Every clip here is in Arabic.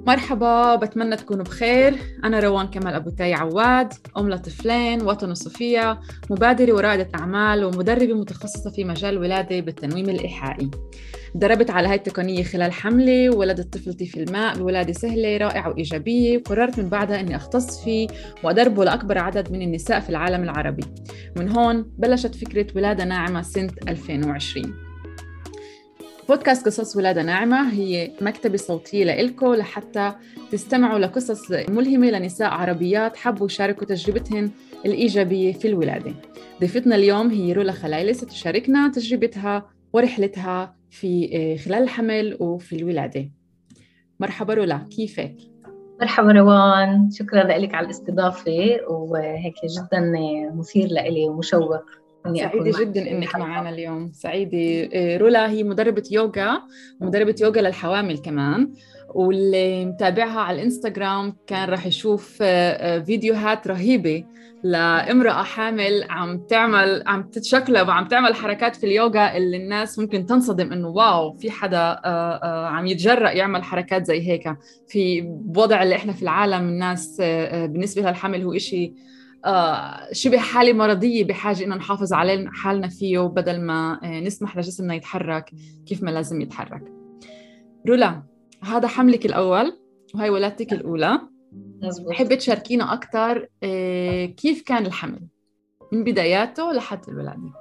مرحبا، بتمنى تكونوا بخير. أنا روان كمال أبو تاي عواد، أم لطفلين، وطن وصفية، مبادرة ورائدة أعمال ومدربة متخصصة في مجال الولادة بالتنويم الإيحائي. دربت على هاي التقنية خلال حملي وولدت طفلتي في الماء بولادة سهلة رائعة وإيجابية، وقررت من بعدها أني أختص فيه وأدربه لأكبر عدد من النساء في العالم العربي. من هون بلشت فكرة ولادة ناعمة سنة 2020. بودكاست قصص ولادة ناعمة هي مكتبة صوتية لإلكو لحتى تستمعوا لقصص ملهمة لنساء عربيات حبوا يشاركوا تجربتهن الإيجابية في الولادة. ضيفتنا اليوم هي رولا خلايلة، ستشاركنا تجربتها ورحلتها في خلال الحمل وفي الولادة. مرحبا رولا، كيفك؟ مرحبا روان، شكرا لك على الاستضافة، وهيك جدا مثير لإلي ومشوق إني أكون سعيدة معك جدا في إنك الحلقة. معنا اليوم، سعيدة. رولا هي مدربة يوغا للحوامل كمان، واللي متابعها على الانستغرام كان راح يشوف فيديوهات رهيبة لامرأة حامل عم تتشكلب وعم تعمل حركات في اليوغا اللي الناس ممكن تنصدم إنه واو، في حدا عم يتجرأ يعمل حركات زي هيك في بوضع اللي إحنا في العالم. الناس بالنسبة للحمل هو إشي شبه حالة مرضية، بحاجة إنه نحافظ على حالنا فيه بدل ما نسمح لجسمنا يتحرك كيف ما لازم يتحرك. رولا، هذا حملك الأول وهي ولادتك الأولى. مزبوط. بحب تشاركينا أكتر كيف كان الحمل من بداياته لحد الولادة؟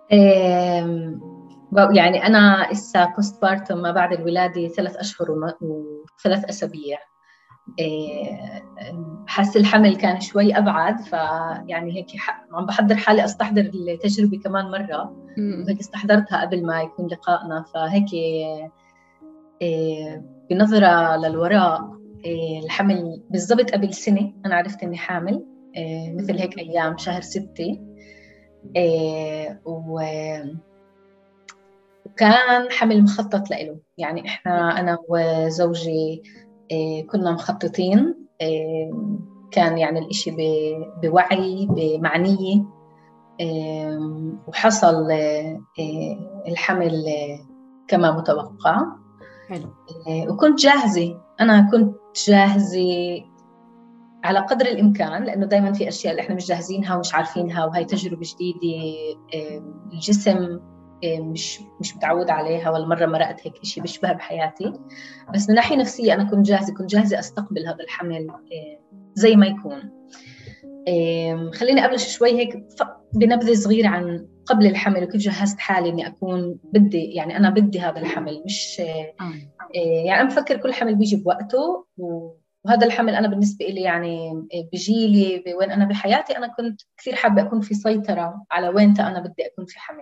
يعني أنا إسا بوست بارتم ما بعد الولادة 3 أشهر و3 أسابيع. حس الحمل كان شوي أبعد، فيعني هيك عم بحضر حالي أستحضر التجربة كمان مرة، وهيك استحضرتها قبل ما يكون لقائنا. فهيك بنظرة للوراء، الحمل بالضبط قبل سنة أنا عرفت إني حامل، مثل هيك أيام شهر 6. وكان حمل مخطط له، يعني إحنا أنا وزوجي كنا مخططين. كان يعني الإشي بوعي بمعنية، وحصل الحمل كما متوقع. حلو. وكنت جاهزة، أنا كنت جاهزة على قدر الإمكان، لأنه دايماً في أشياء اللي إحنا مش جاهزينها ومش عارفينها، وهي تجربة جديدة. الجسم مش متعود عليها، ولا مرة مرقت هيك إشي بيشبه بحياتي. بس من ناحية نفسية أنا كنت جاهزة أستقبل هذا الحمل زي ما يكون. خليني أبلش شوي هيك بنبذة صغيرة عن قبل الحمل وكيف جهزت حالي إني أكون يعني أنا بدي هذا الحمل، مش يعني أنا بفكر كل حمل بيجي بوقته، وهذا الحمل أنا بالنسبة لي يعني بيجيلي بوين أنا بحياتي. أنا كنت كثير حابة أكون في سيطرة على وين أنا بدي أكون في حمل.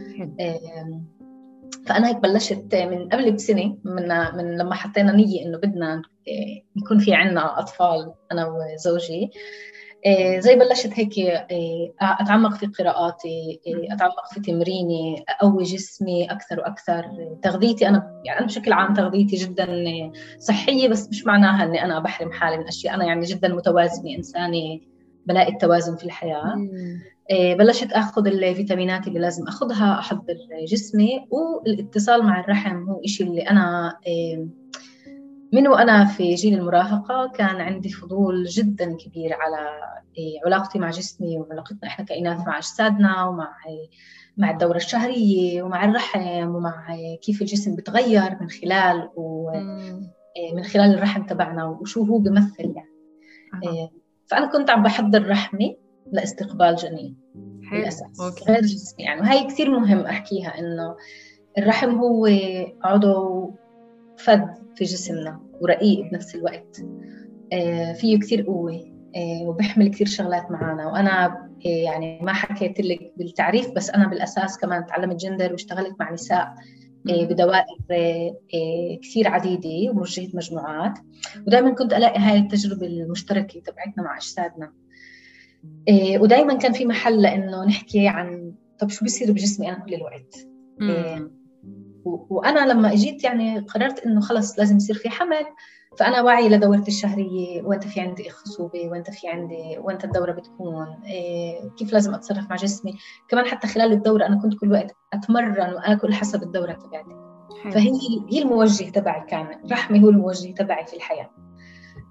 فأنا هيك بلشت من قبل بسنة، من لما حطينا نية إنه بدنا يكون في عنا أطفال أنا وزوجي. زي بلشت هيك أتعمق في قراءاتي، أتعمق في تمريني، أقوي جسمي أكثر وأكثر. تغذيتي يعني أنا بشكل عام تغذيتي جدا صحية، بس مش معناها أني أنا بحرم حالي من أشياء. أنا يعني جدا متوازنة، إنسانة بلاقي التوازن في الحياة. بلشت أخذ الفيتامينات اللي لازم أخذها، أحضر جسمي. والاتصال مع الرحم هو إشي اللي أنا من وأنا في جيل المراهقة كان عندي فضول جدا كبير على علاقتي مع جسمي، وعلاقتنا إحنا كائنات مع أجسادنا، ومع الدورة الشهرية، ومع الرحم، ومع كيف الجسم بتغير من خلال الرحم تبعنا، وشو هو بيمثل يعني. فأنا كنت عم بحضر رحمي لاستقبال جنين بالأساس، غير جسمي يعني. وهي كثير مهم أحكيها، إنه الرحم هو عضو فد في جسمنا ورقيق بنفس الوقت. فيه كثير قوة، وبيحمل كثير شغلات معنا. وأنا يعني ما حكيت لك بالتعريف، بس أنا بالأساس كمان تعلمت جندر واشتغلت مع نساء بدوائر كثير عديدة وموجهة مجموعات، ودائما كنت ألاقي هاي التجربة المشتركة تبعتنا مع أجسادنا. ودائما كان في محل لأنه نحكي عن طب شو بيصير بجسمي أنا كل الوقت. وأنا لما أجيت يعني قررت إنه خلص لازم يصير في حمل. فأنا واعي لدورتي الشهرية، وأنت في عندي خصوبة، وأنت الدورة بتكون كيف لازم أتصرف مع جسمي. كمان حتى خلال الدورة أنا كنت كل وقت أتمرن وآكل حسب الدورة تبعتي. فهي الموجه تبعي، كان رحمي هو الموجه تبعي في الحياة.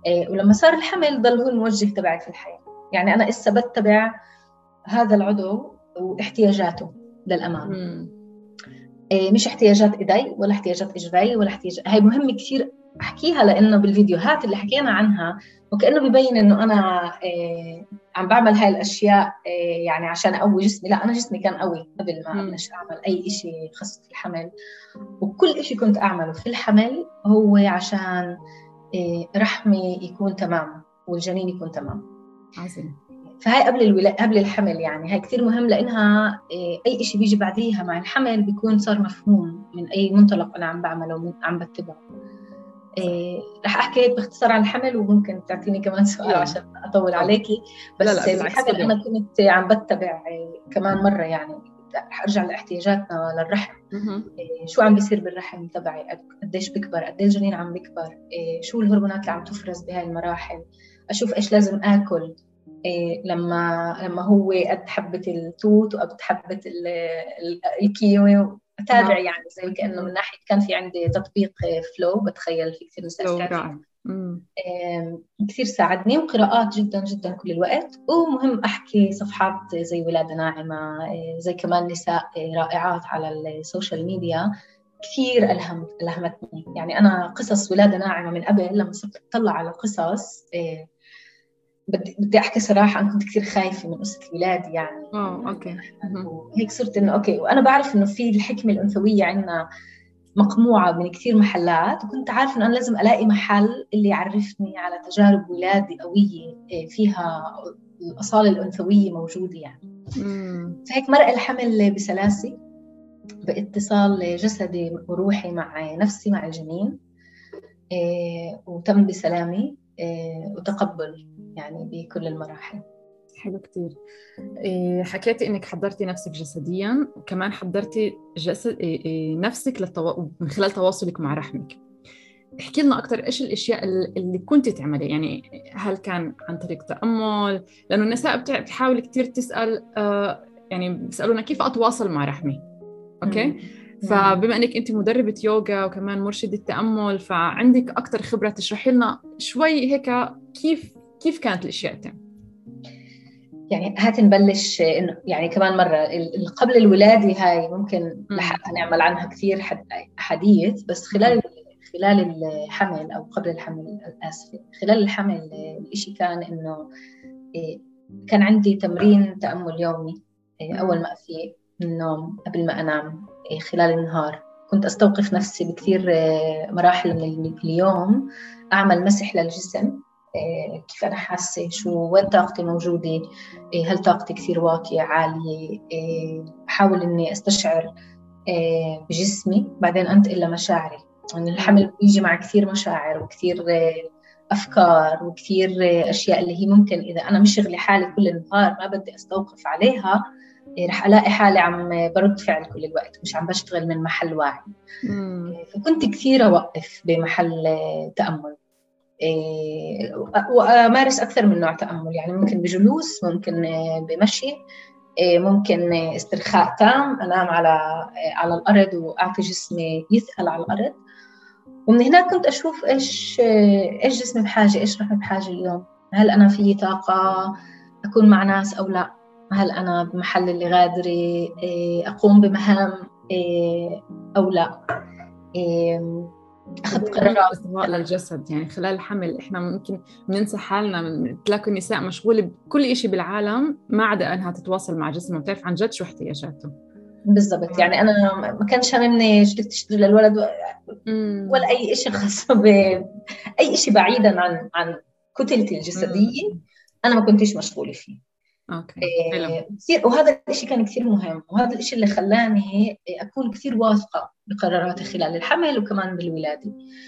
ولما صار الحمل ضل هو الموجه تبعي في الحياة. يعني أنا إسا بتبع هذا العضو واحتياجاته للأمام. مش احتياجات إيدي ولا احتياجات إجري ولا هاي مهم كثير أحكيها، لأنه بالفيديوهات اللي حكينا عنها وكأنه ببين إنه أنا عم بعمل هاي الأشياء يعني عشان أقوي جسمي. لا، أنا جسمي كان قوي قبل ما أبلش أعمل أي إشي خاص في الحمل، وكل إشي كنت أعمله في الحمل هو عشان رحمي يكون تمام والجنين يكون تمام. عظيم. فهاي قبل الحمل، يعني هاي كثير مهم، لأنها أي إشي بيجي بعديها مع الحمل بيكون صار مفهوم من أي منطلق أنا عم بعمله عم بتبعه. رح أحكي هيك باختصار عن الحمل، وممكن تعطيني كمان سؤال عشان أطول عليكي. بس لا بالحمل أنا كنت عم بتبع كمان مرة، يعني رح أرجع لاحتياجاتنا للرحم. شو عم بيصير بالرحم تبعي، قديش بكبر، قديش الجنين عم بكبر، شو الهرمونات اللي عم تفرز بهاي المراحل، أشوف إيش لازم آكل لما هو قد حبة التوت وقد حبة الكيوي، أتابع يعني زي كأنه من ناحية كان في عندي تطبيق فلو، بتخيل في كثير نساء كثير ساعدني، وقراءات جدا جدا كل الوقت. ومهم أحكي صفحات زي ولادة ناعمة، زي كمان نساء رائعات على السوشيال ميديا كثير ألهمتني. يعني أنا قصص ولادة ناعمة من قبل لما صرت أطلع على القصص بدي أحكي صراحة أنا كنت كثير خايفة من قصة الولاد يعني. أوكي. وهيك صرت إنه أوكي، وأنا بعرف إنه في الحكمة الأنثوية عندنا مقموعة من كثير محلات، وكنت عارفة إنه أنا لازم ألاقي محل اللي يعرفني على تجارب ولادي قوية فيها الأصالة الأنثوية موجودة يعني. فهيك مرق الحمل بسلاسة، باتصال جسدي وروحي مع نفسي مع الجنين، وتم بسلامي وتقبل يعني بكل المراحل. حلو كتير. حكيتي إنك حضرتي نفسك جسدياً، وكمان حضرتي نفسك من خلال تواصلك مع رحمك. احكي لنا أكتر إيش الأشياء اللي كنت تعملي، يعني هل كان عن طريق تأمل؟ لأنه النساء بتحاول كتير تسأل يعني بيسألونا كيف أتواصل مع رحمي. أوكي؟ فبما أنك أنت مدربة يوغا وكمان مرشدة تأمل، فعندك أكتر خبرة، تشرحي لنا شوي هيك كيف كانت الأشياء تم. يعني هات نبلش إنه يعني كمان مرة قبل الولادة هاي ممكن لحقها نعمل عنها كثير حديث، بس خلال الحمل أو قبل الحمل، آسفة، خلال الحمل الإشي كان إنه كان عندي تمرين تأمل يومي. أول ما أفيق من النوم قبل ما أنام خلال النهار كنت أستوقف نفسي بكثير مراحل من اليوم، أعمل مسح للجسم، كيف أنا حاسة، وين طاقتي موجودة، هل طاقتي كثير واطية عالية، أحاول إني أستشعر بجسمي، بعدين أنتقل لمشاعري. يعني الحمل بيجي مع كثير مشاعر وكثير أفكار وكثير أشياء اللي هي ممكن إذا أنا مشغلة حالي كل النهار ما بدي أستوقف عليها، رح ألاقي حالي عم برد فعل كل الوقت، مش عم بشتغل من محل واعي. فكنت كثير أوقف بمحل تأمل، وأمارس أكثر من نوع تأمل، يعني ممكن بجلوس، ممكن بمشي، ممكن استرخاء تام، أنام على الأرض وأعطي جسمي يثقل على الأرض. ومن هناك كنت أشوف إيش جسمي بحاجة، إيش رحمي بحاجة اليوم، هل أنا في طاقة أكون مع ناس أو لا، هل أنا بمحل اللي غادري أقوم بمهام أو لا، أخذت قرارات. استغاء للجسد، يعني خلال الحمل إحنا ممكن ننسى حالنا، تلاقي النساء مشغولة بكل إشي بالعالم ما عدا أنها تتواصل مع جسمها وتعرف عن جد شو احتياجاته. بالضبط. يعني أنا ما كانش همني جلت تشتري للولد ولا أي إشي خاص أي إشي بعيدا عن كتلتي الجسدية. أنا ما كنتش مشغولة فيه. كثير، وهذا الشيء كان كثير مهم، وهذا الشيء اللي خلاني أكون كثير واثقة بقراراتي خلال الحمل وكمان بالولادة.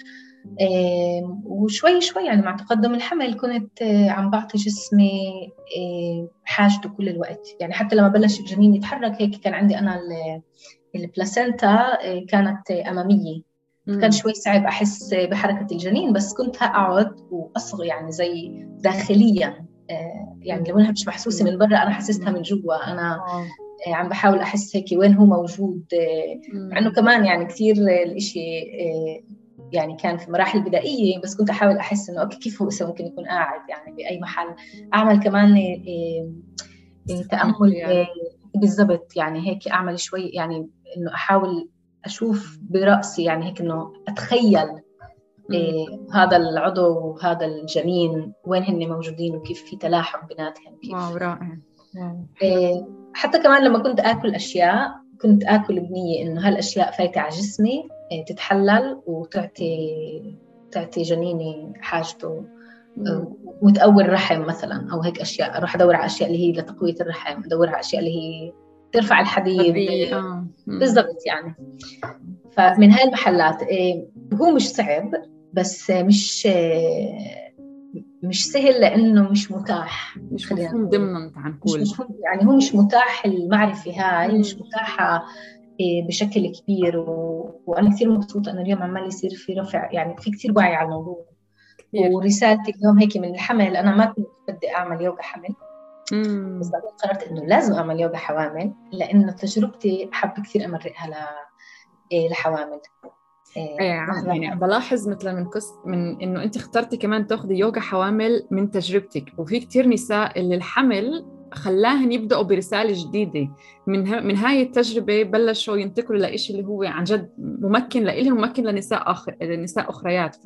وشوي شوي يعني مع تقدم الحمل كنت عم بعطي جسمي حاجته كل الوقت. يعني حتى لما بلش الجنين يتحرك هيك كان عندي أنا البلاسينتا كانت أمامية، كان شوي صعب أحس بحركة الجنين، بس كنت هقعد وأصغي يعني زي داخليا، يعني لو أنها مش محسوسة من برا أنا حسستها من جوا. أنا عم بحاول أحس هيك وين هو موجود، مع إنه كمان يعني كثير الإشي يعني كان في مراحل بدائية، بس كنت أحاول أحس إنه أوكي كيف هو ممكن يكون قاعد يعني بأي محل. أعمل كمان تأمل بالضبط، يعني هيك أعمل شوي يعني إنه أحاول أشوف برأسي يعني هيك إنه أتخيل هذا العضو وهذا الجنين وين هن موجودين وكيف في تلاحم بيناتهم. كيف واو رائع. حتى كمان لما كنت آكل أشياء كنت آكل بنية إنه هالأشياء فايتة على جسمي تتحلل وتعطي جنيني حاجته، وتقوي الرحم مثلا، أو هيك أشياء. أروح أدور على أشياء اللي هي لتقوية الرحم، أدور على أشياء اللي هي ترفع الحديد. بالضبط يعني. فمن هاي المحلات هو مش صعب، بس مش سهل لأنه مش متاح، مش مفهوم ضمنا تعنقول، مش مفهوم يعني، هو مش متاح المعرفة هاي، مش متاحة بشكل كبير. وأنا كثير مبسوطة أنه اليوم عمال يصير في رفع، يعني في كثير وعي على الموضوع كثير. ورسالتي اليوم هيك من الحمل، أنا ما كنت بدي أعمل يوغا حمل، بس بعدين قررت إنه لازم أعمل يوغا حوامل، لأنه تجربتي حابة كثير أمرقها لحوامل. يعني بلاحظ مثلا من انه انت اخترتي كمان تاخذي يوغا حوامل من تجربتك، وفي كتير نساء اللي الحمل خلاهن يبدأوا برسالة جديدة من هاي التجربة، بلشوا ينتقلوا لإشي اللي هو عن جد ممكن لإلهم، ممكن لنساء أخريات.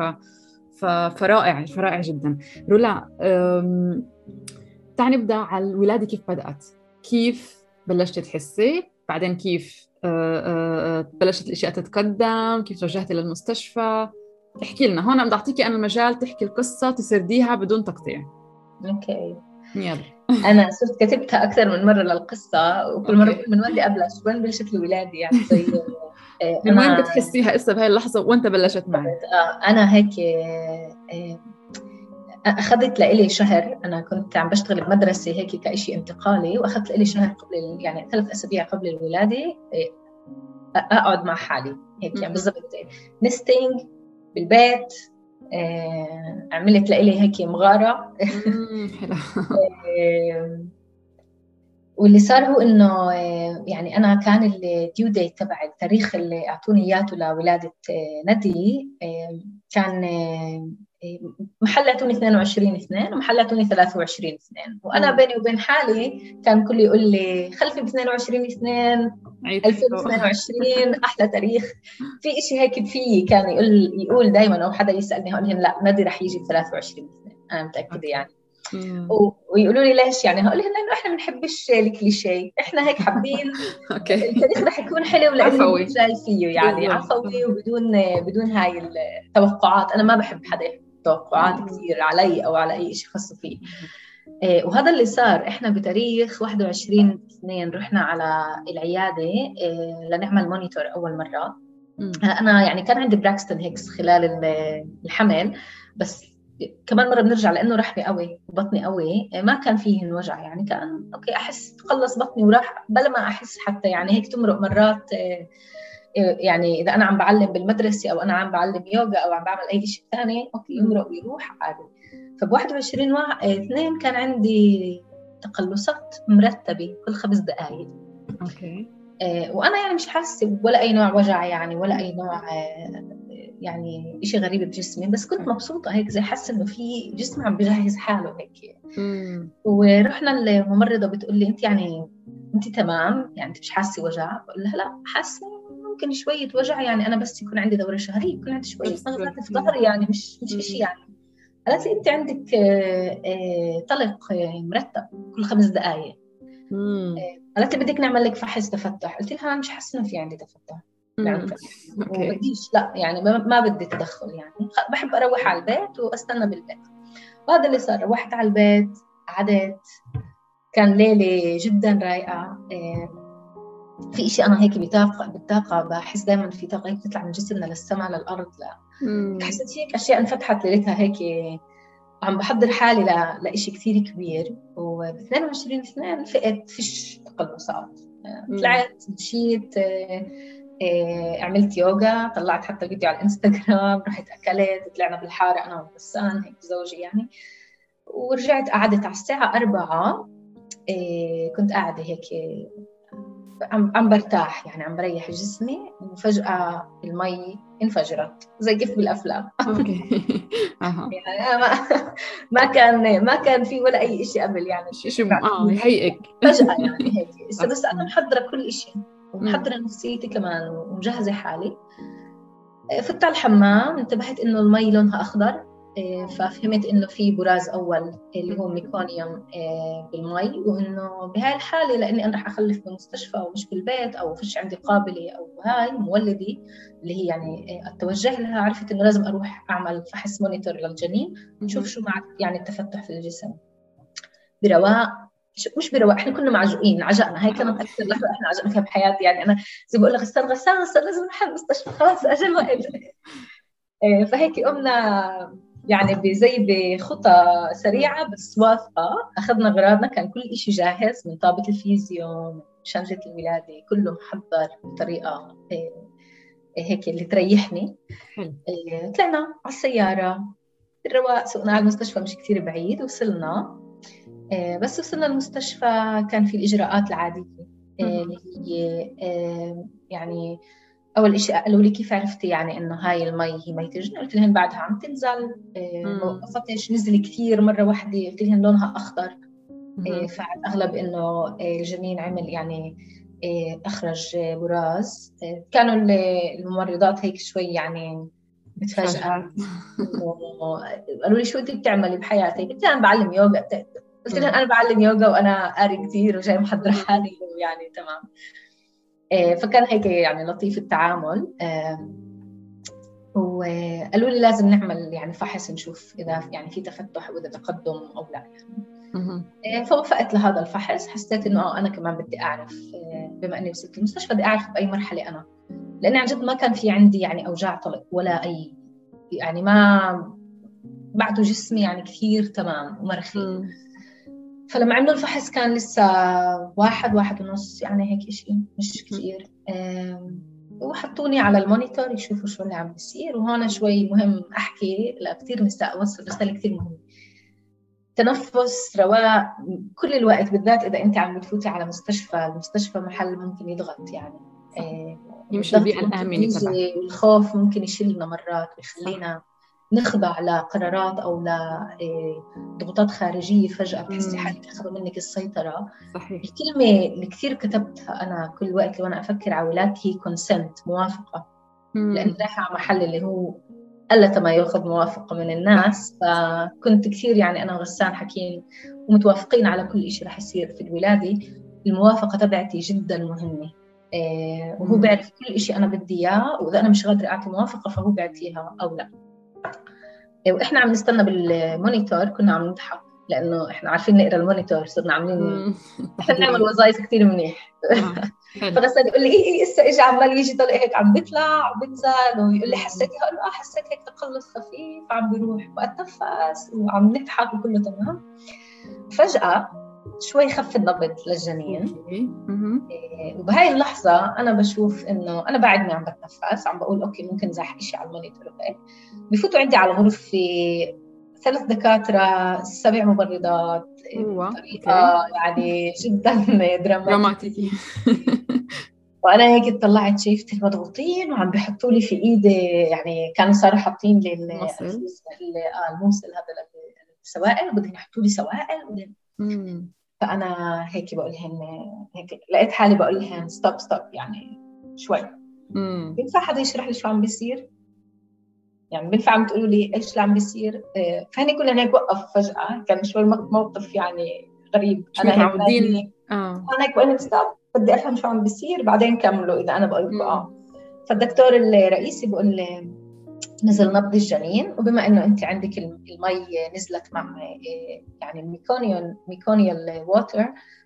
فرائع جدا. رولا، تعال نبدأ على الولادة. كيف بدأت؟ كيف بلشتي تحسي؟ بعدين كيف بلشت الأشياء تتقدم؟ كيف توجهتي للمستشفى؟ احكي لنا هون. بدي أعطيكي أنا المجال تحكي القصة تسرديها بدون تقطيع. أوكي. يلا. أنا صرت كتبتها أكثر من مرة للقصة، وكل مرة بقول من وين بدي أبلش، وين بلشت الولادة يعني. طيب من وين بتحسيها إسا بهاي اللحظة وأنت بلشت معي؟ أنا هيك أخذت لإلي شهر. أنا كنت عم بشتغل بمدرسة هيك كإشي انتقالي، وأخذت لإلي شهر قبل يعني 3 أسابيع قبل الولادة أقعد مع حالي هيك يعني بالضبط نستينج بالبيت. عملت لإلي هيك مغارة. واللي صار هو إنه يعني أنا كان الديو ديت تبع التاريخ اللي أعطوني إياه لولادة ندي، كان محل اعطوني 22/2 ومحل اعطوني 23/2، وانا بيني وبين حالي كان كل يقول لي خلفي ب 22/2 2022 احلى تاريخ. في إشي هيك فيي كان يقول دائما، او حدا يسالني هقول لهم لا ندي رح يجي ب 23/2 انا متاكده يعني. ويقولوا لي ليش يعني، هقول لهم لانه احنا ما بنحبش الكليشيه، احنا هيك حابين التاريخ رح يكون حلو لانه جاي فيه يعني عفوي وبدون هاي التوقعات. انا ما بحب حدا يحط توقعات كثير علي او على اي شيء خاص فيه. وهذا اللي صار. احنا بتاريخ 21/2 رحنا على العياده لنعمل مونيتور اول مره. انا يعني كان عندي براكستون هيكس خلال الحمل، بس كمان مرة بنرجع لأنه رحمي قوي وبطني قوي، ما كان فيه وجع يعني. كان أوكي أحس خلص بطني وراح بلا ما أحس حتى يعني. هيك تمرق مرات يعني إذا أنا عم بعلم بالمدرسة أو أنا عم بعلم يوغا أو عم بعمل أي شيء ثاني أوكي يمرق ويروح عادي. فب21/2 كان عندي تقلصات مرتبة كل 5 دقائق. أوكي. وأنا يعني مش حاسة ولا أي نوع وجع يعني، ولا أي نوع يعني إشي غريب بجسمي، بس كنت مبسوطة هيك زي حاسة إنه في جسمي عم بجهز حاله هيك. ورحنا الممرضة بتقول لي أنت يعني أنت تمام يعني، أنت مش حاسة وجع؟ بقول لها لا حاسة ممكن شوية وجع يعني، أنا بس يكون عندي دورة شهرية يكون عندي شوية ضغط في ظهري يعني، مش إشي يعني. قالت لي أنت عندك طلق مرتب كل 5 دقائق. قالت لي بدك نعمل لك فحص تفتح. قلت لها أنا مش حاسة إنه في عندي تفتح يعني، وبديش لا يعني ما بدي تدخل يعني، بحب أروح على البيت وأستنى بالبيت. وهذا اللي صار. روحت على البيت قعدت، كان ليلة جدا رايقة. في إشي أنا هيك بالطاقة بحس دائما في طاقة هيك بتطلع من جسمنا للسماء للأرض. حسيت هيك أشياء انفتحت ليلتها هيك. عم بحضر حالي لإشي كثير كبير. و22/2 فقت فيش تقلصات. طلعت مشيت عملت يوغا، طلعت حتى فيديو على الانستغرام، رحت أكلت، طلعنا بالحارة أنا وبسان هيك زوجي يعني. ورجعت قعدت على الساعة 4 كنت قاعدة هيك عم برتاح يعني، عم بريح جسمي، وفجأة المي انفجرت زي كيف بالأفلام. اوكي. اها. يعني أنا ما كان في ولا أي إشي قبل يعني. شو يهيئك. فجأة يعني هيك. صح. بس أنا محضرة كل إشي، مم. ومحضرة نفسيتي كمان، ومجهزة حالي. فت على الحمام، انتبهت إنه المي لونها أخضر. ففهمت إنه في براز أول اللي هو ميكونيوم بالمي، وإنه بهاي الحالة لأني أنا رح أخلف بمستشفى ومش بالبيت، أو فيش عندي قابلة أو هاي مولدي اللي هي يعني أتوجه لها، عرفت إنه لازم أروح أعمل فحص مونيتور للجنين، شوف شو معك يعني التفتح في الجسم برواق. مش برواق، احنا كنا معجوقين، عجقنا. هاي كانت اكثر لحظه احنا عجقنا فيها بحياتي يعني. انا زي بقول لك غسان لازم نروح المستشفى، خلاص اجل وقت. فهيك قمنا يعني زي بخطى سريعة بس واثقة، أخذنا أغراضنا، كان كل إشي جاهز، من طابة الفيزيو، من شنطة الولادة، كله محضر بطريقة هيك اللي تريحني. حلو. طلعنا على السيارة بالرواق، سوقنا على المستشفى مش كتير بعيد، وصلنا. بس وصلنا المستشفى كان في الإجراءات العادية اللي هي يعني أول إشي قالوا لي كيف عرفتي يعني إنه هاي المي هي مي الجنين؟ قلت لهم بعدها عم تنزل، ما وقفتش، نزل كثير مرة واحدة. قلت لهم لونها أخضر، فعلى الأغلب إنه الجنين عمل يعني أخرج براز. كانوا الممرضات هيك شوي يعني متفاجئة. قالوا لي شو أنت بتعملي بحياتك؟ قلت لهم بعلم يوغا. قلت لهم أنا بعلم يوغا وأنا قاري كثير وجاي محضرة حالي يعني تمام. فكان هيك يعني لطيف التعامل. وقالوا لي لازم نعمل يعني فحص نشوف إذا يعني في تفتح وإذا تقدم أو لا يعني. فوافقت لهذا الفحص. حسيت إنه أنا كمان بدي أعرف، بما إني وصلت المستشفى بدي أعرف بأي مرحلة أنا، لأني عن جد ما كان في عندي يعني أوجاع طلق ولا أي يعني، ما بعده جسمي يعني كثير تمام ومرخي. فلما عملوا الفحص كان لسه 1-1.5 يعني هيك إشي مش كثير. وحطوني على المونيتور يشوفوا شو اللي عم بيصير. وهون شوي مهم أحكي لكثير نساء، أوصل رسالة كثير مهمة: تنفس، رواق كل الوقت، بالذات إذا أنت عم بتفوتي على مستشفى. المستشفى محل ممكن يضغط يعني، يمشي الضغط البيئة ممكن الآمنة تبعك. يجي، والخوف ممكن يشيلنا مرات ويخلينا نخضع لقرارات أو لضغوطات خارجية. فجأة بتحسي حالك أخذوا منك السيطرة. صحيح. الكلمة اللي كثير كتبتها أنا كل وقت وأنا أفكر على ولادتي هي consent، موافقة. لأن رايحة على محل اللي هو قلت ما يأخذ موافقة من الناس. فكنت كثير يعني أنا وغسان حكيم ومتوافقين على كل إشي رح يصير في الولادة. الموافقة تبعتي جدا مهمة. وهو بيعرف كل إشي أنا بدي إياه، وإذا أنا مش قادرة أعطي موافقة فهو بيعطيها أو لا. وإحنا عم نستنى بالمونيتور كنا عم نضحك، لأنه إحنا عارفين نقرأ المونيتور، صرنا عاملين إحنا نعمل وظائف كتير منيح. فغسان يقول لي إيه إسا إجا عمال يجي طلع هيك عم بيطلع وبنزل، ويقول لي حسيتي؟ هقول له حسيت هيك تقلص خفيف عم بيروح، وأتنفس وعم نضحك وكله تمام. فجأة شوي خف النبض للجنين. وبهاي اللحظة أنا بشوف إنه أنا بعدني عم بتنفس، عم بقول أوكي ممكن زح إشي على المونيتور وهيك. بفوتوا عندي على الغرفة 3 دكاترة 7 ممرضات بطريقة يعني جدا دراماتيكية. وأنا هيك طلعت شايفت المضغوطين وعم بيحطوا لي في إيدي يعني، كانوا صاروا حاطين لي الموصل هذا السوائل، وبدهم يحطوا لي سوائل. فأنا هيك بقول لهم، هيك لقيت حالي بقول لهم ستوب يعني شوي. بينفع حدا يشرح لي شو عم بيصير؟ يعني بينفع عم تقولوا لي إيش اللي عم بيصير؟ فهني كلهم هيك وقف فجأة. كان شوي موقف يعني غريب. أنا هيك متعودين. أنا هيك بقول لهم ستوب، بدي أفهم شو عم بيصير بعدين كملوا إذا أنا بقول لكم فالدكتور الرئيسي بقول لي نزل نبض الجنين، وبما إنه أنت عندك المي نزلت مع يعني ميكونيال ووتر،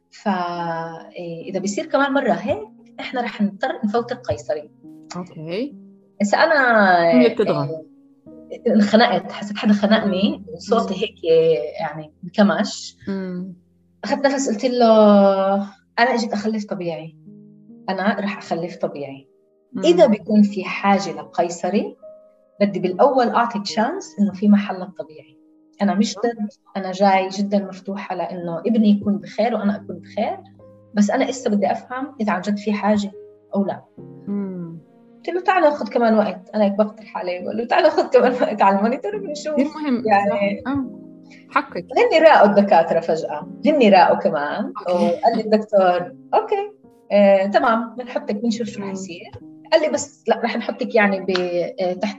فإذا بيصير كمان مرة هيك إحنا رح نضطر نفوتك قيصري. أوكي. بس أنا بتضغط. انخنقت، حسيت حدا خنقني وصوتي هيك يعني انكمش. أخذت نفس قلت له أنا أجيت أخلف طبيعي، أنا رح أخلف طبيعي. إذا بيكون في حاجة لقيصري بدي بالأول أعطي تشانس إنه في محل الطبيعي. أنا مش ضد، أنا جاي جدا مفتوحة لإنه ابني يكون بخير وأنا أكون بخير. بس أنا إسا بدي أفهم إذا عن جد في حاجة أو لا. قلت له تعال ناخذ كمان وقت، أنا هيك بقترح عليه بقول له تعال ناخذ كمان وقت على المونيتور وبنشوف. كثير مهم يعني حقك. هني راقوا الدكاترة فجأة، هني راقوا كمان. وقال لي الدكتور أوكي تمام بنحطك بنشوف شو رح يصير. قال لي بس لا رح نحطك يعني تحت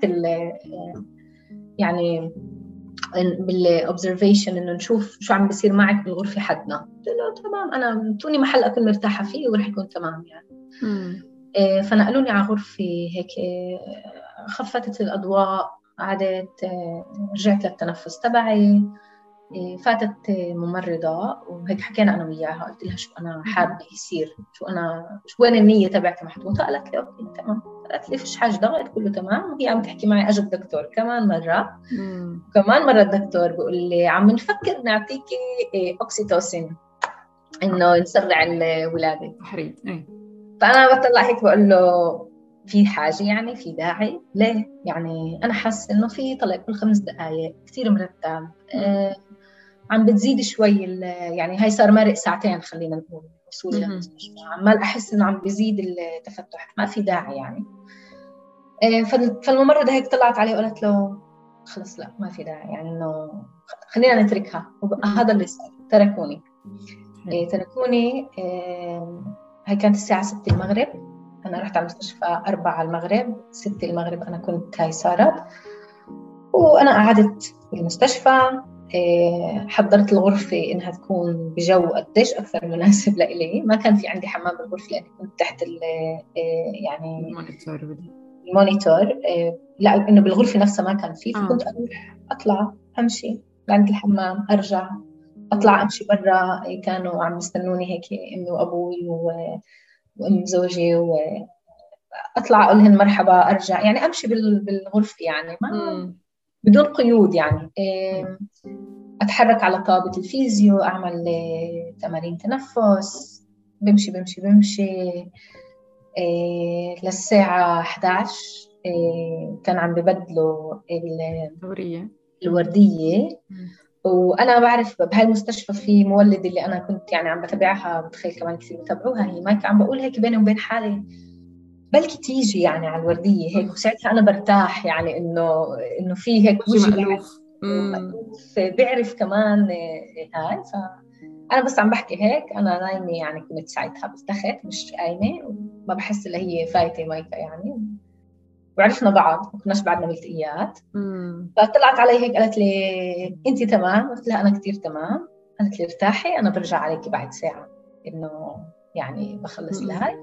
يعني بالobservation إنه نشوف شو عم بيصير معك بالغرفة حدنا. قلت له تمام أنا توني محل أكون مرتاحة فيه ورح يكون تمام يعني. فنقلوني على غرفة هيك خفتت الأضواء، قعدت رجعت للتنفس تبعي. فاتت ممرضة وهيك حكينا أنا وياها، قلت لها شو أنا حابة يصير، شو وين النية تبعتي محطوطة. قالت لي أوكي تمام. قالت لي فيش حاجة ضغط كله تمام. وهي عم تحكي معي أجى الدكتور كمان مرة وكمان مرة الدكتور بيقول لي عم نفكر نعطيكي أوكسيتوسين إنه نسرع الولادة. تحريض. فأنا بطلع هيك بقول له في حاجة يعني في داعي ليه؟ يعني أنا حاسة إنه في طلع كل 5 دقايق كتير مرتب. عم بتزيد شوي يعني هاي صار مرق ساعتين خلينا نقول وصولي للمستشفى، عمال أحس إنه عم بيزيد التفتح، ما في داعي يعني. فالممرضة هيك طلعت عليه وقالت له خلص لا ما في داعي يعني إنه خلينا نتركها. وهذا اللي صار، تركوني. تركوني. هاي كانت الساعة 6 المغرب، أنا رحت على المستشفى 4 المغرب، 6 المغرب أنا كنت هاي صارت. وأنا قعدت بالمستشفى حضرت الغرفة إنها تكون بجو قديش أكثر مناسب لإلي. ما كان في عندي حمام بالغرفة لأني كنت تحت يعني المونيتور. لا إنه بالغرفة نفسها ما كان فيه. فكنت أروح أطلع أمشي لعند الحمام أرجع أطلع أمشي برا. كانوا عم يستنوني هيك أمي وأبوي وأم زوجي، وأطلع أقول لهم مرحبا أرجع يعني أمشي بالغرفة يعني ما بدون قيود يعني. أتحرك على طابة الفيزيو، أعمل تمارين تنفس، بمشي للساعة 11 كان عم ببدلوا الوردية. وأنا بعرف بهالمستشفى في مولدة اللي أنا كنت يعني عم بتابعها، بتخيل كمان كثير بتابعوها، هي ما عم بقول هيك بيني وبين حالي بلكي تيجي يعني على الوردية هيك. وساعتها أنا برتاح يعني إنه في هيك وجه مألوف بيعرف كمان هاي. فأنا بس عم بحكي هيك أنا نايمة يعني، كنت ساعتها بالتخت مش قايمة وما بحس اللي هي فايتة مايكة يعني. وعرفنا بعض ما كناش بعدنا ملتقيات. فطلعت علي هيك قالت لي أنت تمام؟ قلت لها أنا كتير تمام. قالت لي ارتاحي أنا برجع عليكي بعد ساعة إنه يعني بخلص لهاي.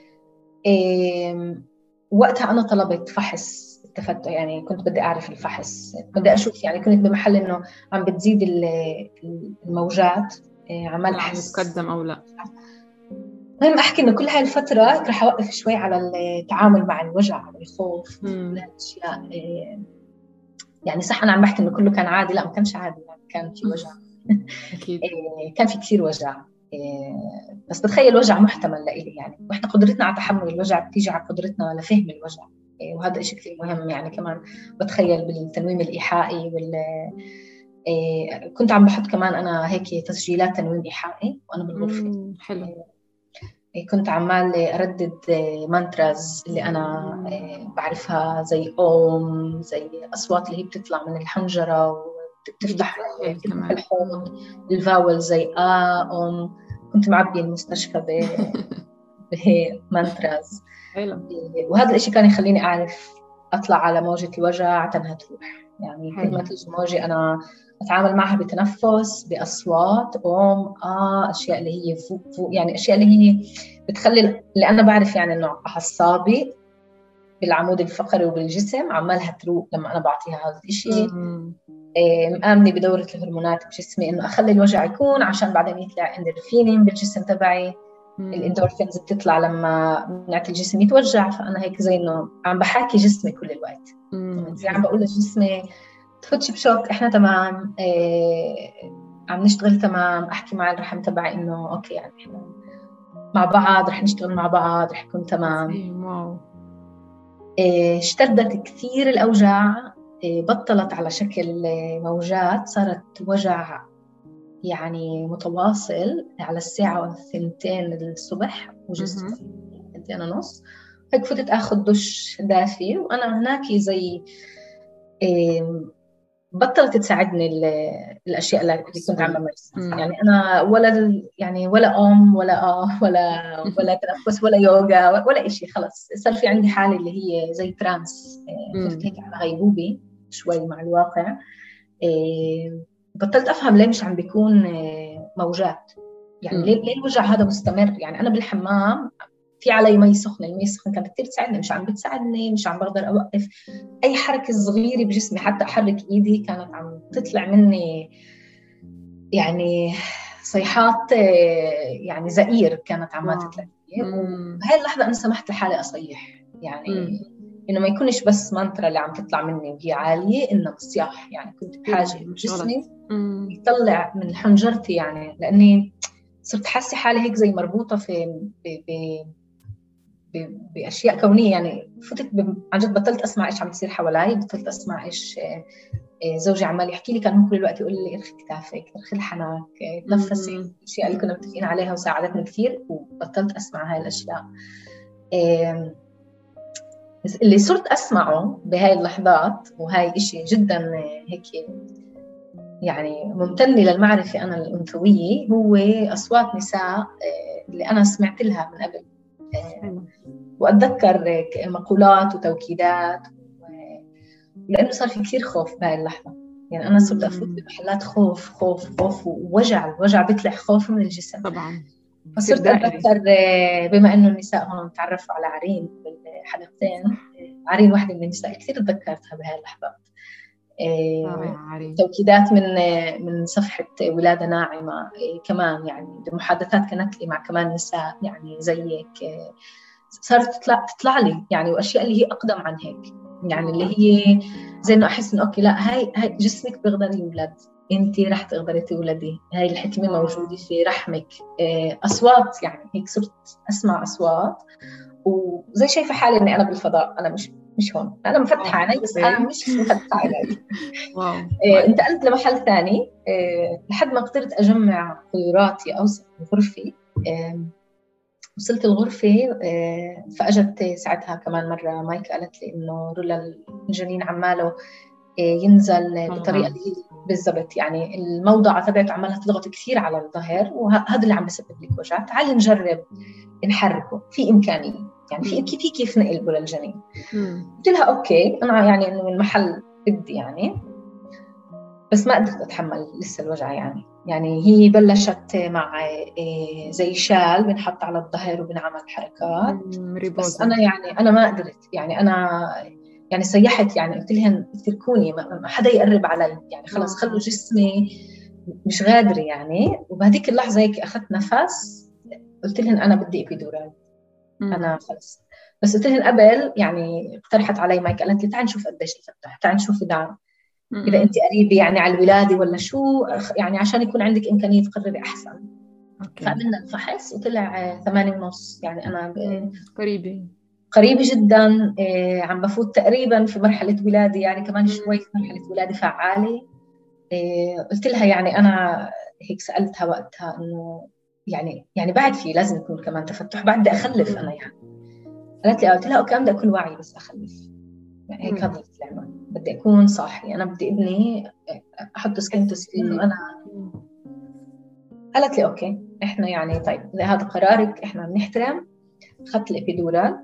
وقتها أنا طلبت فحص التفتح يعني، كنت بدي أعرف الفحص، بدي أشوف يعني. كنت بمحل إنه عم بتزيد الموجات، عمال أحس تقدم أو لا. المهم أحكي إنه كل هاي الفترة رح أوقف شوي على التعامل مع الوجع والخوف والأشياء. يعني صح أنا عم بحكي إنه كله كان عادي، لا ما كانش عادي يعني، كان في وجع. أكيد. كان في كثير وجع. بس بتخيل وجع محتمل لإلي يعني، وإحنا قدرتنا على تحمل الوجع بتيجي على قدرتنا لفهم الوجع. وهذا إشي كثير مهم يعني. كمان بتخيل بالتنويم الإيحائي كنت عم بحط كمان أنا هيك تسجيلات تنويم إيحائي وأنا بالغرفة. حلو. كنت عمال أردد مانتراز اللي أنا بعرفها، زي أوم، زي أصوات اللي هي بتطلع من الحنجرة وبتفتح الحوض. الفاول زي أوم. كنت معبية المستشفى بمانتراز. وهذا الإشي كان يخليني أعرف أطلع على موجة الوجع تنها تروح يعني. كل ما تيجي موجة أنا أتعامل معها بتنفس، بأصوات أوم أشياء اللي هي فوق يعني، أشياء اللي هي بتخلي اللي أنا بعرف يعني إنه أعصابي بالعمود الفقري وبالجسم عمالها تروق لما أنا بعطيها هذا الإشي. مآمنة بدورة الهرمونات بجسمي إنه أخلي الوجع يكون عشان بعدين يطلع اندورفين بالجسم تبعي. الاندورفينز بتطلع لما نعطي الجسم يتوجع. فأنا هيك زي إنه عم بحاكي جسمي كل الوقت، زي عم بقول لجسمي تفوتش بشوك، إحنا تمام، عم نشتغل تمام. أحكي مع الرحم تبعي إنه أوكي يعني إحنا مع بعض، رح نشتغل مع بعض، رح يكون تمام. واو. اشتدت كثير الأوجاع، بطلت على شكل موجات، صارت وجع يعني متواصل على الساعة 2 الصبح، وجزت 2:30 هيك. فتت أخذ دش دافي، وأنا هناك زي بطلت تساعدني الأشياء اللي كنت عم بمارسها. يعني أنا ولا ولا تنفس ولا يوغا ولا إشي. خلص صار في عندي حالة اللي هي زي ترانس. فتت هيك على غيبوبة شوي مع الواقع. بطلت أفهم ليه مش عم بيكون موجات. يعني ليه الوجع هذا مستمر؟ يعني أنا بالحمام في علي مي سخنة، المي السخنة كانت كتير تساعدني، مش عم بتساعدني، مش عم بقدر أوقف أي حركة صغيرة بجسمي، حتى أحرك إيدي كانت عم تطلع مني يعني صيحات يعني زئير كانت عم تطلع. وهي اللحظة أنا سمحت لحالي أصيح، يعني إنه ما يكونش بس منطرة اللي عم تطلع مني وهي عالية، إنه صياح. يعني كنت بحاجة جسمي يطلع من حنجرتي، يعني لأني صرت حاسة حالي هيك زي مربوطة بأشياء كونية. يعني فتت عن جد بطلت أسمع إيش عم يصير حوالي، بطلت أسمع إيش زوجي عمال يحكي لي. كان هو كل الوقت يقول لي ارخي كتافك، ارخي الحنك، تنفسي، الأشياء اللي كنا متفقين عليها وساعدتني كثير. وبطلت أسمع هاي الأشياء. اللي صرت أسمعه بهاي اللحظات، وهاي إشي جدا هيك يعني ممتنة للمعرفة أنا الأنثوية، هو أصوات نساء اللي أنا سمعت لها من قبل. وأتذكر مقولات وتوكيدات، لأنه صار في كثير خوف بهاي اللحظة. يعني أنا صرت أفوت بمحلات خوف خوف خوف، ووجع الوجع بيطلع خوف من الجسم طبعا. فصرت أتذكر بما أنه النساء هون تعرفوا على عرين بالحلقتين، عرين واحدة من النساء كثير تذكرتها بهاي اللحظات. توكيدات من صفحة ولادة ناعمة كمان، يعني بمحادثات كانت لي مع كمان نساء يعني زيك، صارت تطلع لي يعني، وأشياء اللي هي أقدم عن هيك، يعني اللي هي زي إنه أحس إنه أوكي لا، هاي جسمك بيقدر يولد، أنتي رح تقدري تولدي، هاي الحكمة موجودة في رحمك. أصوات يعني هيك، صرت أسمع أصوات، وزي شايفة حالي إني أنا بالفضاء، أنا مش هون، أنا مفتحة عيني بس أنا مش مفتحة عيني. انتقلت لمحل ثاني لحد ما قدرت أجمع قدراتي أوصل غرفتي. وصلت الغرفة، فأجت ساعتها كمان مرة مايك قالت لي إنه رولا الجنين عماله ينزل بطريقة اللي بالضبط، يعني الموضعة تبعته عمالها تضغط كثير على الظهر، وهذا اللي عم بسبب لك وجع، تعالي نجرب نحركه، في إمكانية يعني في كيف نقلبه للجنين. قلت لها أوكي، أنا يعني إنه من محل بدي يعني، بس ما قدرت أتحمل لسه الوجع. يعني هي بلشت مع زي شال بنحط على الظهر وبنعمل حركات، بس أنا يعني أنا ما قدرت، يعني أنا يعني سيحت، يعني قلت لهم اتركوني، ما حدا يقرب علي، يعني خلص خلوا جسمي مش قادرة يعني. وبهديك اللحظة هيك أخذت نفس، قلت لهم أنا بدي إبيدورال، أنا خلص. بس قلت لهم قبل يعني اقترحت علي مايك، قالت لي تعال نشوف قديش الفتح، تعال نشوف دعم إذا أنت قريبة يعني على الولادة ولا شو، يعني عشان يكون عندك إمكانية تقرري أحسن. فعملنا الفحص وطلع 8.5، يعني أنا قريبة جدا. عم بفوت تقريبا في مرحلة ولادة، يعني كمان شوي في مرحلة ولادة فعالة. قلت لها يعني أنا هيك سألتها وقتها إنه يعني بعد في لازم يكون كمان تفتح، بعد بدي أخلف أنا يعني. قالت لي قلت لها أوكي، بدي أكون واعي بس أخلف، يعني هيك هذا الكلام، بدي أكون صاحي، أنا بدي ابني أحط سكين تسكين وأنا. قالت لي أوكي إحنا يعني طيب إذا هذا قرارك إحنا بنحترم. أخذت الإبيدورال.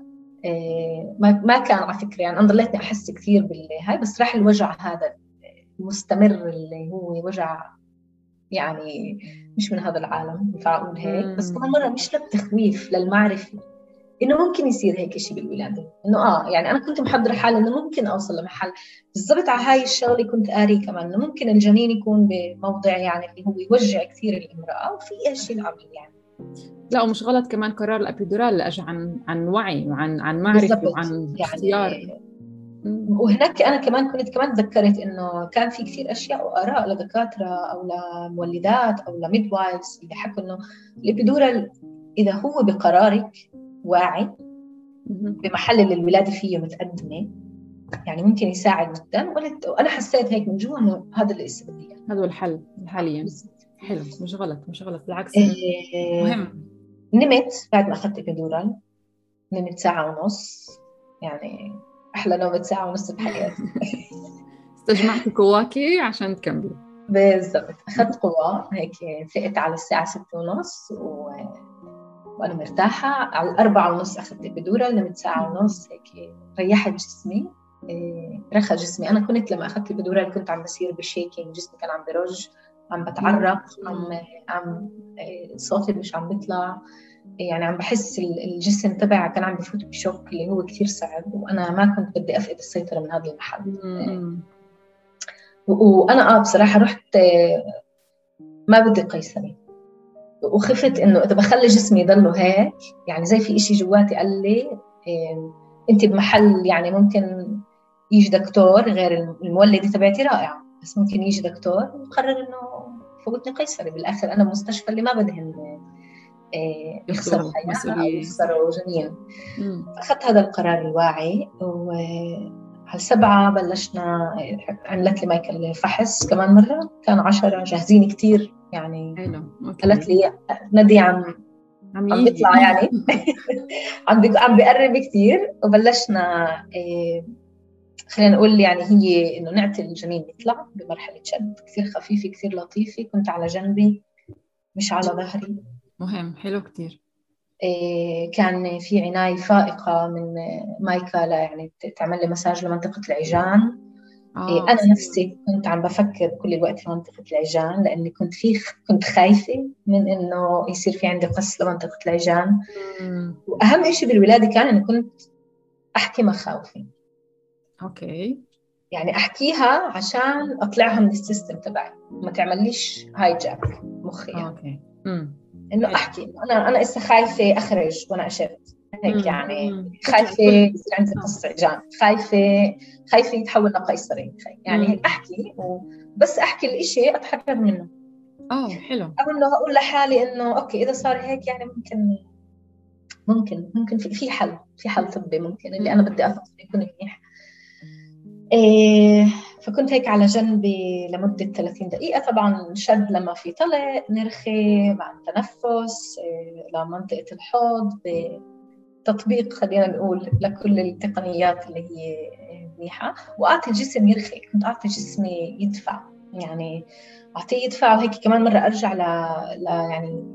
ما كان على فكرة يعني أنا ضليتني أحس كثير بالهاي، بس راح الوجع هذا المستمر اللي هو وجع يعني مش من هذا العالم، ينفع أقول هيك. بس كمان مرة مش للتخويف، للمعرفة إنه ممكن يصير هيك شيء بالولادة، إنه يعني أنا كنت محضرة حالي إنه ممكن أوصل لمحل بالضبط على هاي الشغلة. كنت قاري كمان إنه ممكن الجنين يكون بموضع يعني اللي هو يوجع كثير الامرأة، وفي شيء العمل يعني. لا ومش غلط كمان قرار الابيدورال اللي اجى عن وعي وعن معرفة وعن اختيار. وهناك أنا كنت تذكرت إنه كان في كثير أشياء وآراء لدكاترة أو لمولدات أو لميدوايفز اللي حكوا إنه الإبيدورال إذا هو بقرارك واعي بمحل اللي الولادة فيه متقدمة، يعني ممكن يساعد جدا. وأنا حسيت هيك من جوا إنه هذا اللي بدي، هذا الحل حاليا. حلو، مش غلط بالعكس إيه، مهم. نمت بعد ما أخذت إبيدورال، نمت ساعة ونص، يعني أحلى نومة ساعة ونص بحياتي. استجمعتي قواكي عشان تكملي. بالضبط، أخذت قوة هيك، فقت على الساعة 6:30 وأنا مرتاحة. على 4:30 أخذت إبيدورال، نمت ساعة ونص هيك، ريحت جسمي. رخى جسمي. أنا كنت لما أخذت البدورال كنت عم بصير بشيكينج، جسمي كان عم برج، عم بتعرق، عم صوتي مش عم بيطلع، يعني عم بحس الجسم تبعي كان عم بفوت بشوك اللي هو كتير صعب، وأنا ما كنت بدي أفقد السيطرة من هذا المحل. وأنا بصراحة رحت ما بدي قيصري، وخفت إنه إذا بخلي جسمي يضله هيك، يعني زي في إشي جواتي قال لي أنت بمحل يعني ممكن يجي دكتور غير المولدة تبعتي رائعة، بس ممكن يجي دكتور ويقرر إنه فوتني قيصري. بالآخر أنا مستشفى اللي ما بدهن يخسروا حياة أو يخسروا جنين. فأخذت هذا القرار الواعي، وعلى 7 بلشنا. عملت لي مايكل فحص كمان مرة، كان 10 جاهزين كتير يعني. قالت لي ندي عم بيطلع يعني عم بيقرب كتير. وبلشنا خلينا نقول يعني هي إنه نعطي الجنين يطلع بمرحلة شد كثير خفيفة كثير لطيفة. كنت على جنبي مش على ظهري. مهم، حلو كتير. كان في عناية فائقة من مايكا، يعني تعمل لي مساج لمنطقة العجان. أنا نفسي كنت عم بفكر كل الوقت في منطقة العجان، لأني كنت خايفة من إنه يصير في عندي قص لمنطقة العجان. وأهم إشي بالولادة كان إني كنت أحكي مخاوفي. أوكي. يعني أحكيها عشان أطلعها من السيستم تبعي، ما تعمليش هاي جاك مخي يعني. أوكي. إنه أحكي أنا إسا خايفة أخرج وأنا أشد هيك، يعني خايفة يصير عندي قص عجان، خايفة يتحول لقيصري يعني. هيك أحكي، وبس أحكي الإشي أتحرر منه. حلو. أو إنه أقول لحالي إنه أوكي إذا صار هيك يعني ممكن في حل طبي، ممكن اللي أنا بدي أخذه يكون منيح. فكنت هيك على جنبي لمدة 30 دقيقة. طبعا شد لما في طلق، نرخي مع التنفس لمنطقة الحوض، بتطبيق خلينا نقول لكل التقنيات اللي هي منيحة. وأعطي الجسم يرخي، كنت أعطي جسمي يدفع، يعني أعطيه يدفع. وهيك كمان مرة أرجع يعني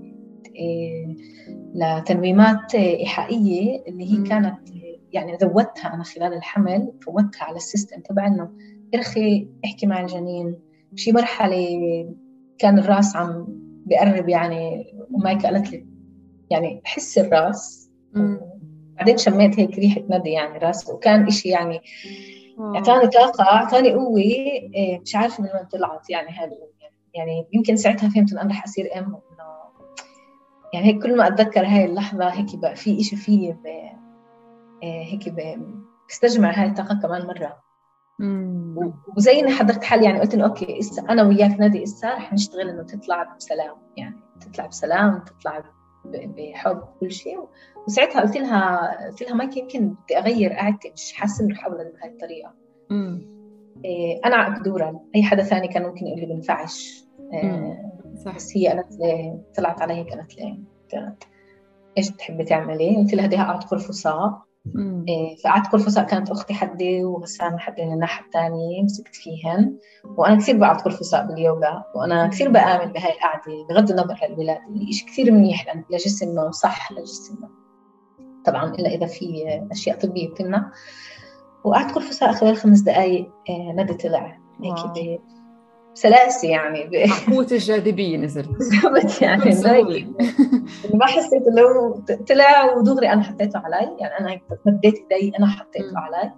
لتنويمات إيحائية اللي هي كانت يعني ذوتها أنا خلال الحمل، فوتها على السيستم تبع إنه ارخي، احكي مع الجنين. شي مرحلة كان الراس عم بقرب يعني، ومايكا قالت لي يعني حس الراس. بعدين شميت هيك ريحة ندي يعني راس، وكان إشي يعني أعطاني طاقة، أعطاني قوة. مش عارفة من وين طلعت يعني هذه القوة. يعني يمكن ساعتها فهمت إنه أنا رح أصير أم، يعني هيك كل ما أتذكر هاي اللحظة هيك بقى في إشي فيه هيك بستجمع هاي الطاقة كمان مرة. وزي إني حضرت حالي يعني، قلت إنه أوكي إسا أنا وياك نادي، إسا رح نشتغل إنه تطلع بسلام، يعني تطلع بسلام، تطلع بحب كل شيء. وساعتها قلت لها ما يمكن بدي أغير قاعدتي، مش حاسة إنه حولها بهاي الطريقة. أنا عقدورة، أي حدا ثاني كان ممكن يقول لي بنفعش. بس هي قالت لي، طلعت علي قالت لي إيش بتحبي تعملي؟ قلت لها بدي أقعد قرفصاء. فقعدت قرفصاء، كانت أختي حدي وغسان حدي من الناحية الثانية، مسكت فيهن. وأنا كثير بقعد قرفصاء باليوغا، وأنا كثير بآمن بهاي القعدة بغض النظر عن الولادة. إشي كثير منيح لجسمنا وصح لجسمنا طبعا، إلا إذا في أشياء طبية بتمنع. وقعدت قرفصاء خلال 5 دقايق ندي طلع هيك بسلاسة يعني قوة الجاذبية نزل بالضبط يعني ما حسيت لو طلع ودغري أنا حطيته علي، يعني أنا هيك مديت إيدي أنا حطيته علي.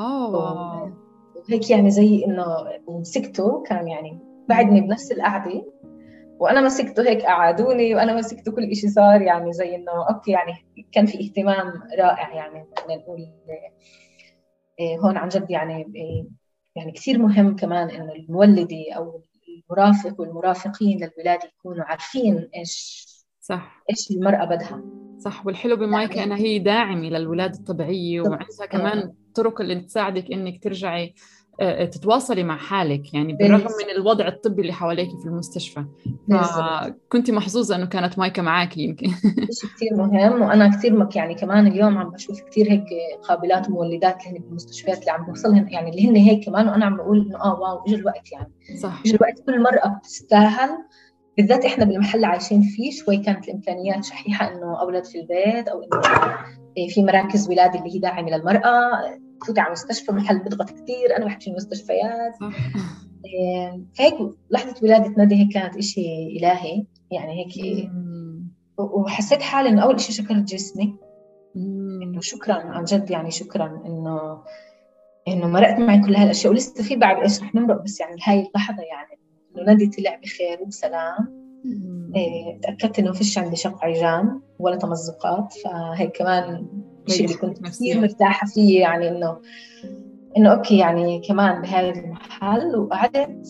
وهيك يعني زي إنه مسكته، كان يعني بعدني بنفس القعدة، وأنا مسكته هيك قعدوني، وأنا مسكته كل إشي صار يعني زي إنه أوكي، يعني كان في اهتمام رائع. يعني خلينا نقول هون عن جد يعني كثير مهم كمان إنه المولدة أو المرافق والمرافقين للولادة يكونوا عارفين إيش المرأة بدها. صح. والحلو بمايكا أنها هي داعمة للولادة الطبيعية، وعندها كمان طرق اللي تساعدك إنك ترجعي تتواصلي مع حالك، يعني بالرغم من الوضع الطبي اللي حواليك في المستشفى. فكنت محظوظة إنه كانت مايكا معاكي يمكن. شيء كثير مهم. وأنا كثير يعني كمان اليوم عم بشوف كثير هيك قابلات ومولدات اللي هن بالمستشفيات اللي عم بوصلهن، يعني اللي هن هيك كمان، وأنا عم بقول إنه واو إجا الوقت، يعني صح، إجا الوقت. كل مرأة بتستاهل، بالذات إحنا بالمحل اللي عايشين فيه شوي كانت الإمكانيات شحيحة إنه أولاد في البيت، أو إنه في مراكز ولادة اللي هي داعمة للمرأة. تفوتي على مستشفى محل بضغط كثير، أنا بحكي المستشفيات. فهيك لحظة ولادة ندى هيك كانت إشي إلهي، يعني هيك. وحسيت حالي إنه أول إشي شكرت جسمي، إنه شكرا عن جد، يعني شكرا إنه مرقت معي كل هالأشياء، ولسه في بعد إيش رح نمرق، بس يعني هاي اللحظة يعني إنه ندى طلع بخير وبسلام. تأكدت إنه فيش عندي شق عجام ولا تمزقات، فهيك كمان الشيء اللي كنت كثير مرتاحة فيه، يعني إنه أوكي، يعني كمان بهذا المحل. وقعدت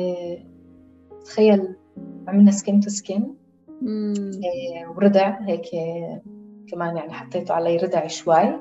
تخيل عملنا سكين تو سكين، ورضع هيك كمان، يعني حطيته علي رضع شوي،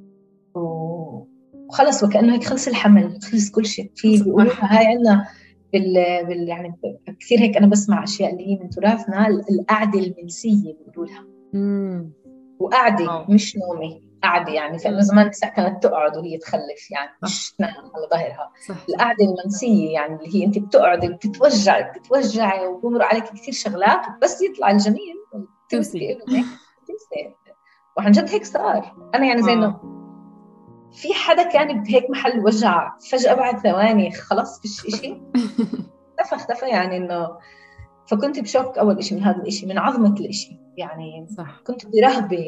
وخلص وكأنه هيك خلص الحمل، خلص كل شيء. في بيقولوا هاي عندنا يعني كثير هيك أنا بسمع أشياء اللي هي من تراثنا، القعدة المنسية بيقولوا لها. وقعدة مش نومي، قعدة يعني، فإنه زمان النساء كانت تقعد وهي تخلف، يعني مش تنام على ظهرها. القعدة المنسية يعني اللي هي أنت بتقعدي بتتوجعي وبمر عليك كثير شغلات، وبس يطلع الجنين تمسكي ابنك تنسي. وعن جد هيك صار. أنا يعني زي إنه في حدا كان بهيك محل وجع، فجأة بعد ثواني خلاص فيش إشي، اختفى يعني إنه. فكنت بشوك أول إشي من هذا الإشي، من عظمة الإشي، يعني كنت برهبة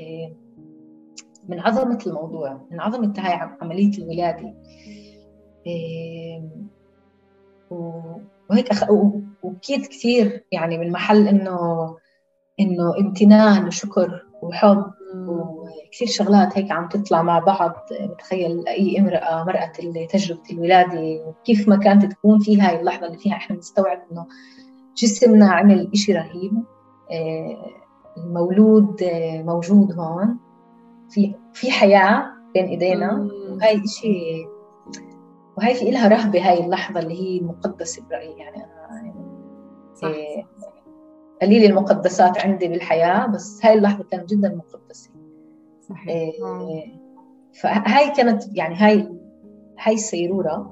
من عظمة الموضوع، من عظمة هاي عملية الولادة. وهيك وبكيت كثير، يعني من محل إنه امتنان وشكر وحب وكثير شغلات هيك عم تطلع مع بعض. بتخيل أي امرأة مرأت تجربة الولادة وكيف ما كانت تكون فيها هاي اللحظة اللي فيها إحنا نستوعب إنه جسمنا عمل إشي رهيب. المولود موجود هون، في حياة بين إيدينا، وهاي إشي، وهاي في إلها رهبة. هاي اللحظة اللي هي مقدسة برأيي، يعني أنا قليل المقدسات عندي بالحياة، بس هاي اللحظة كانت جدا مقدسة. صحيح. فهاي كانت يعني هاي السيرورة.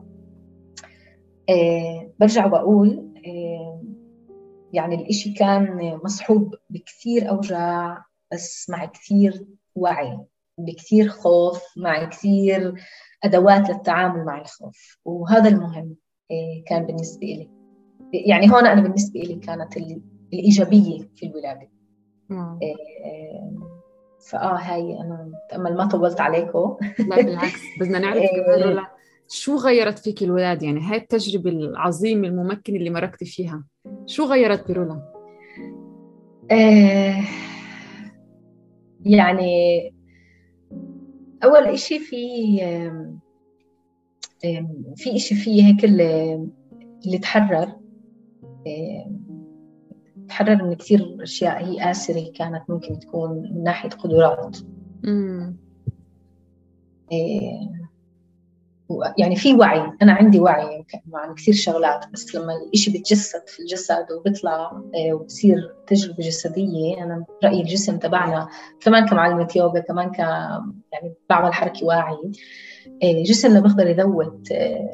برجع وبقول يعني الإشي كان مصحوب بكثير أوجاع، بس مع كثير وعي، بكثير خوف، مع كثير أدوات للتعامل مع الخوف. وهذا المهم كان بالنسبة لي، يعني هون أنا بالنسبة لي كانت الإيجابية في الولادة. هاي أنا تأمل ما طولت عليكم. لا بالعكس، بدنا نعرف كمان رولا شو غيرت فيك الولادة، يعني هاي التجربة العظيمة الممكنة اللي مرقتي فيها، شو غيرت برولا؟ يعني أول إشي في إشي فيه هيك اللي تحرر من كثير أشياء هي آسرة كانت ممكن تكون من ناحية قدرات. يعني في وعي، أنا عندي وعي عن كثير شغلات، بس لما الإشي بيتجسد في الجسد وبيطلع وبصير تجربة جسدية. أنا رأيي الجسم تبعنا كمان كمعلمة يوغا، كمان يعني بعمل حركة واعي، جسمنا بيقدر يذوت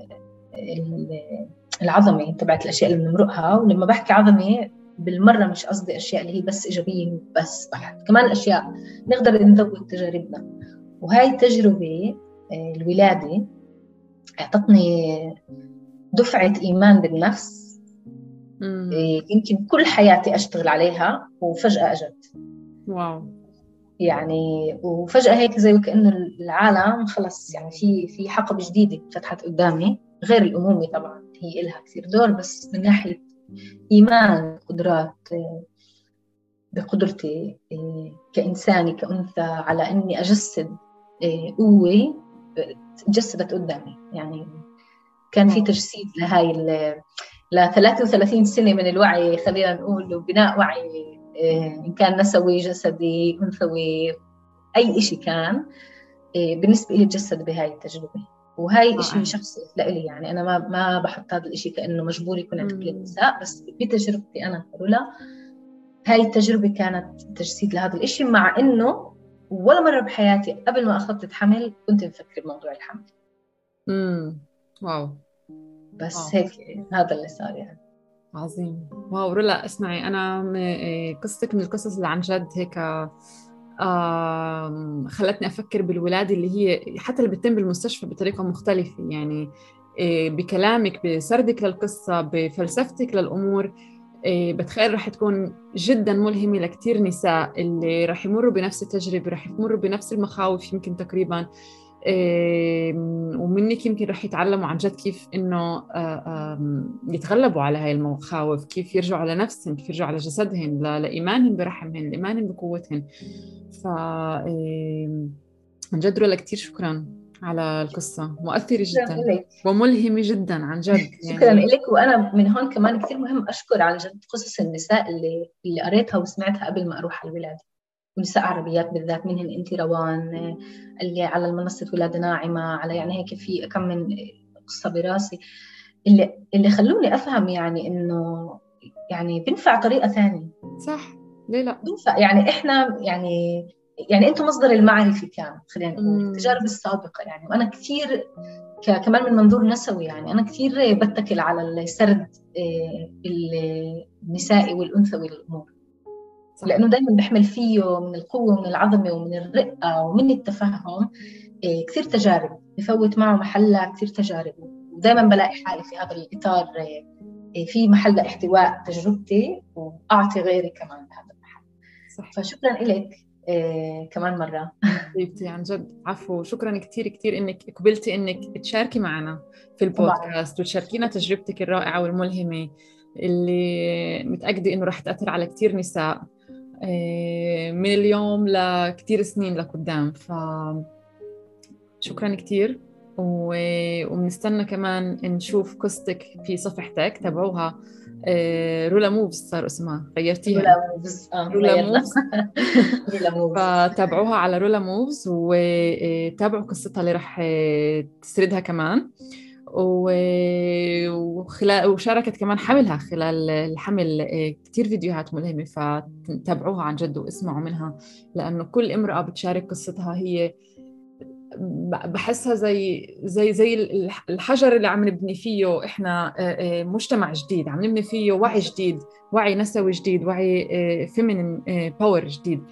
العظمة تبعت الأشياء اللي بنمرقها. ولما بحكي عظمة بالمرة مش قصدي أشياء اللي هي بس إيجابية بس بحت، كمان أشياء نقدر نذوت تجاربنا. وهاي التجربة الولادة أعطتني دفعة إيمان بالنفس يمكن كل حياتي أشتغل عليها، وفجأة أجت. واو. يعني وفجأة هيك زي وكأنه العالم خلص، يعني في حقب جديدة فتحت قدامي، غير الأمومة طبعا هي إلها كثير دور، بس من ناحية إيمان قدرات بقدرتي كإنساني كأنثى على أني أجسد قوة تجسدت قدامي. يعني كان في تجسيد لهاي ل 33 سنة من الوعي، خلينا نقول، وبناء وعي إن كان نسوي جسدي أنثوي أي إشي كان بالنسبة لي تجسد بهاي التجربة. وهاي إشي شخصي لإلي، يعني أنا ما بحط هذا الإشي كأنه مجبور يكون عند كل النساء، بس بتجربتي أنا كرولا هاي التجربة كانت تجسيد لهذا الإشي، مع إنه ولا مرة بحياتي قبل ما أخطط حمل كنت مفكر بموضوع الحمل. واو. بس هيك هذا اللي صار يعني. عظيم. واو رولا، اسمعي، أنا قصتك من القصص اللي عن جد هيك خلتني أفكر بالولادة اللي هي حتى اللي بتتم بالمستشفى بطريقة مختلفة، يعني بكلامك، بسردك للقصة، بفلسفتك للأمور، بتخيل رح تكون جدا ملهمة لكتير نساء اللي رح يمروا بنفس التجربة، رح يمروا بنفس المخاوف يمكن تقريبا، ومنك يمكن رح يتعلموا عن جد كيف إنه يتغلبوا على هاي المخاوف، كيف يرجعوا على نفسهم، كيف يرجعوا على جسدهم، لإيمانهم برحمهم، لإيمانهم بقوتهم. عن جد رولا كتير شكرا على القصة، مؤثرة جدا وملهمة جدا عن جد. شكرا يعني لك. وأنا من هون كمان كثير مهم أشكر عن جد قصص النساء اللي قريتها وسمعتها قبل ما أروح على الولادة، ونساء عربيات بالذات، منهن أنت روان اللي على المنصة ولادة ناعمة، على يعني هيك في كم من قصة براسي اللي خلوني أفهم يعني إنه يعني بنفع طريقة ثانية. صح، ليه لا؟ بنفع يعني إحنا يعني أنتم مصدر المعرفة كان، خلينا نقول التجارب السابقة يعني. وأنا كثير كمان من منظور نسوي يعني أنا كثير بتكل على السرد النسائي والأنثوي للأمور، لأنه دائما بحمل فيه من القوة ومن العظمة ومن الرقة ومن التفهم كثير تجارب، بفوت معه محلها كثير تجارب، ودائما بلاقي حالي في هذا الإطار في محل احتواء تجربتي وأعطي غيري كمان بهذا المحل. صح. فشكرا لك كمان مرة حبيبتي، عن جد عفو، شكرا كتير كتير إنك قبلتي إنك تشاركي معنا في البودكاست وتشاركينا تجربتك الرائعة والملهمة اللي متأكدة إنه رح تأثر على كتير نساء من اليوم لكتير سنين لقدام. شكرا كتير، وبنستنى كمان نشوف قصتك في صفحتك، تابعوها. رولا موفز صار اسمها، غيرتيها. رولا موفز. رولا موفز. رولا موفز. فتابعوها على رولا موفز وتابعوا قصتها اللي رح تسردها كمان، وشاركت كمان حملها خلال الحمل كتير فيديوهات ملهمة، فتابعوها عن جد واسمعوا منها، لأنه كل امرأة بتشارك قصتها هي بحسها زي الحجر اللي عم نبني فيه احنا مجتمع جديد، عم نبني فيه وعي جديد، وعي نسوي جديد، وعي فيمينين باور جديد.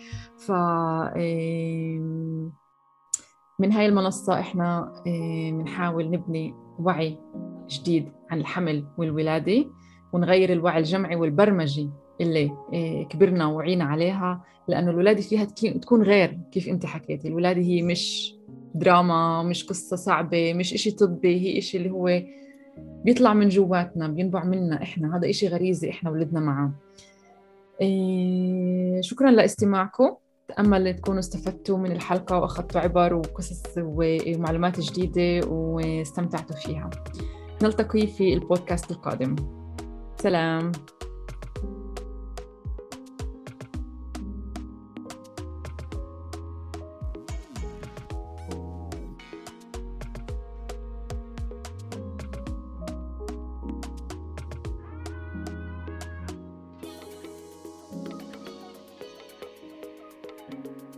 من هاي المنصة احنا بنحاول نبني وعي جديد عن الحمل والولادة، ونغير الوعي الجمعي والبرمجي اللي كبرنا وعينا عليها، لأنه الولادة فيها تكون غير. كيف انت حكيتي، الولادة هي مش دراما، مش قصة صعبة، مش إشي طبي، هي إشي اللي هو بيطلع من جواتنا، بينبع منا إحنا، هذا إشي غريزي إحنا ولدنا معه. شكرا لاستماعكم، تأمل تكونوا استفدتوا من الحلقة وأخذتوا عبر وقصص ومعلومات جديدة واستمتعتوا فيها. نلتقي في البودكاست القادم. سلام.